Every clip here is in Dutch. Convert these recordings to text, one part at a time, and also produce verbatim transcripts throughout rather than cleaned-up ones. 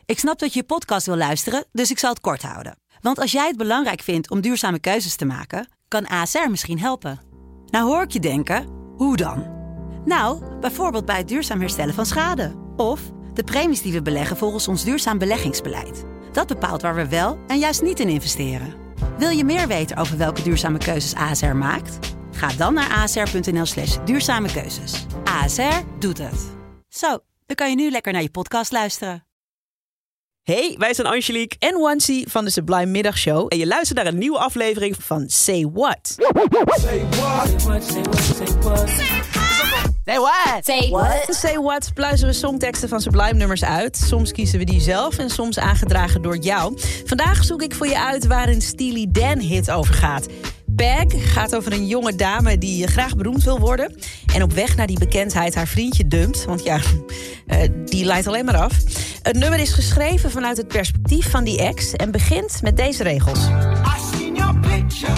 Ik snap dat je je podcast wil luisteren, dus ik zal het kort houden. Want als jij het belangrijk vindt om duurzame keuzes te maken, kan A S R misschien helpen. Nou hoor ik je denken, hoe dan? Nou, bijvoorbeeld bij het duurzaam herstellen van schade. Of de premies die we beleggen volgens ons duurzaam beleggingsbeleid. Dat bepaalt waar we wel en juist niet in investeren. Wil je meer weten over welke duurzame keuzes A S R maakt? Ga dan naar asr.nl slash duurzame keuzes. A S R doet het. Zo, dan kan je nu lekker naar je podcast luisteren. Hey, wij zijn Angelique en Wansie van de Sublime Middagshow. En je luistert naar een nieuwe aflevering van Say What. Say what? Say what, say what, say what. Say what? Say what? Say What pluizen we songteksten van Sublime nummers uit. Soms kiezen we die zelf en soms aangedragen door jou. Vandaag zoek ik voor je uit waar een Steely Dan hit over gaat. Peg gaat over een jonge dame die graag beroemd wil worden. En op weg naar die bekendheid haar vriendje dumpt. Want ja, uh, die leidt alleen maar af. Het nummer is geschreven vanuit het perspectief van die ex. En begint met deze regels. I seen your picture.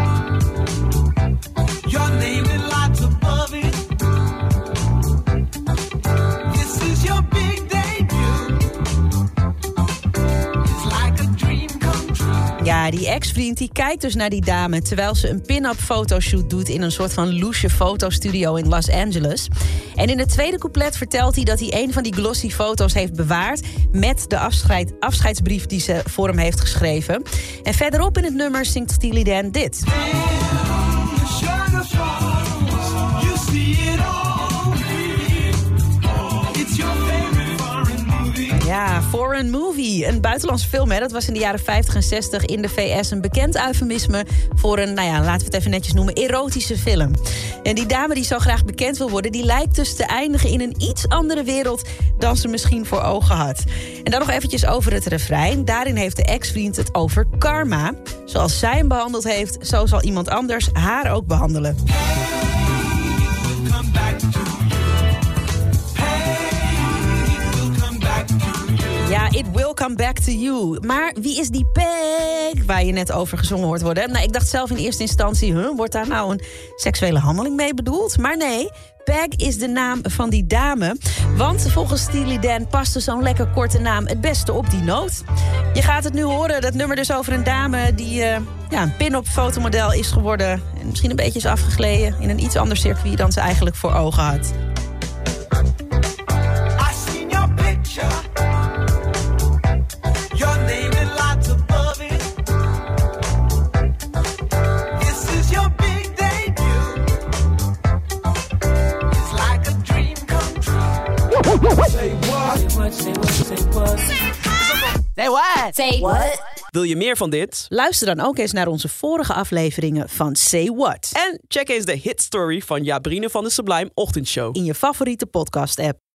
Your name in lights above it. This is your big debut. It's like a dream come true. Ja, die ex-vriend die kijkt dus naar die dame terwijl ze een pin-up fotoshoot doet in een soort van loesje fotostudio in Los Angeles. En in het tweede couplet vertelt hij dat hij een van die glossy foto's heeft bewaard met de afscheid, afscheidsbrief die ze voor hem heeft geschreven. En verderop in het nummer zingt Steely Dan dit. Ja, Foreign Movie. Een buitenlandse film, hè. Dat was in de jaren vijftig en zestig in de V S een bekend eufemisme voor een, nou ja, laten we het even netjes noemen, erotische film. En die dame die zo graag bekend wil worden, die lijkt dus te eindigen in een iets andere wereld dan ze misschien voor ogen had. En dan nog eventjes over het refrein. Daarin heeft de ex-vriend het over karma. Zoals zij hem behandeld heeft, zo zal iemand anders haar ook behandelen. Ja, it will come back to you. Maar wie is die Peg waar je net over gezongen hoort worden? Nou, ik dacht zelf in eerste instantie, huh, wordt daar nou een seksuele handeling mee bedoeld? Maar nee, Peg is de naam van die dame. Want volgens Steely Dan paste zo'n lekker korte naam het beste op die noot. Je gaat het nu horen, dat nummer dus over een dame die uh, ja, een pin-up fotomodel is geworden. En misschien een beetje is afgegleden in een iets ander circuit dan ze eigenlijk voor ogen had. I seen your picture. Your name in lights above it. This is your big debut. It's like a dream come true. Say what? Say what, say what, say what. Say what? Say what? Wil je meer van dit? Luister dan ook eens naar onze vorige afleveringen van Say What. En check eens de hit story van Jabrine van de Sublime Ochtendshow in je favoriete podcast-app.